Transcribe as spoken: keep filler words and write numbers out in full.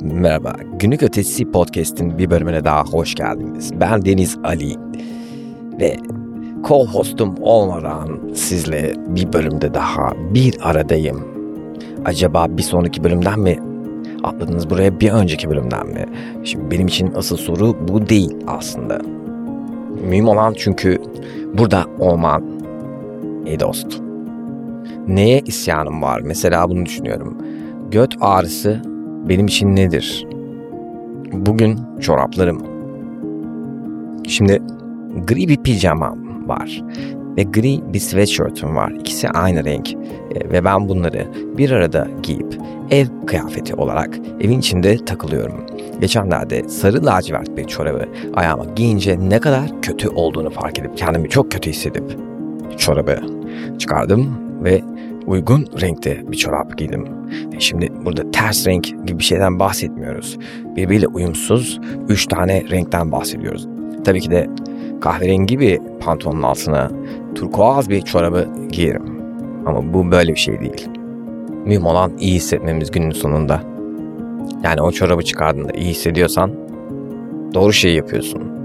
Merhaba, Günlük Ötesi Podcast'in bir bölümüne daha hoş geldiniz. Ben Deniz Ali ve co-hostum olmadan sizle bir bölümde daha bir aradayım. Acaba bir sonraki bölümden mi atladınız buraya, bir önceki bölümden mi? Şimdi benim için asıl soru bu değil aslında. Mühim olan çünkü burada olman, ey dost. Neye isyanım var? Mesela bunu düşünüyorum. Göt ağrısı benim için nedir? Bugün çoraplarım. Şimdi gri bir pijamam var ve gri bir sweatshirt'üm var. İkisi aynı renk e, ve ben bunları bir arada giyip ev kıyafeti olarak evin içinde takılıyorum. Geçenlerde sarı lacivert bir çorabı ayağıma giyince ne kadar kötü olduğunu fark edip kendimi çok kötü hissedip çorabı çıkardım ve uygun renkte bir çorap giydim. E şimdi burada ters renk gibi bir şeyden bahsetmiyoruz. Birbiriyle uyumsuz üç tane renkten bahsediyoruz. Tabii ki de kahverengi bir pantolonun altına turkuaz bir çorabı giyerim. Ama bu böyle bir şey değil. Mühim olan iyi hissetmemiz günün sonunda. Yani o çorabı çıkardığında iyi hissediyorsan doğru şeyi yapıyorsun.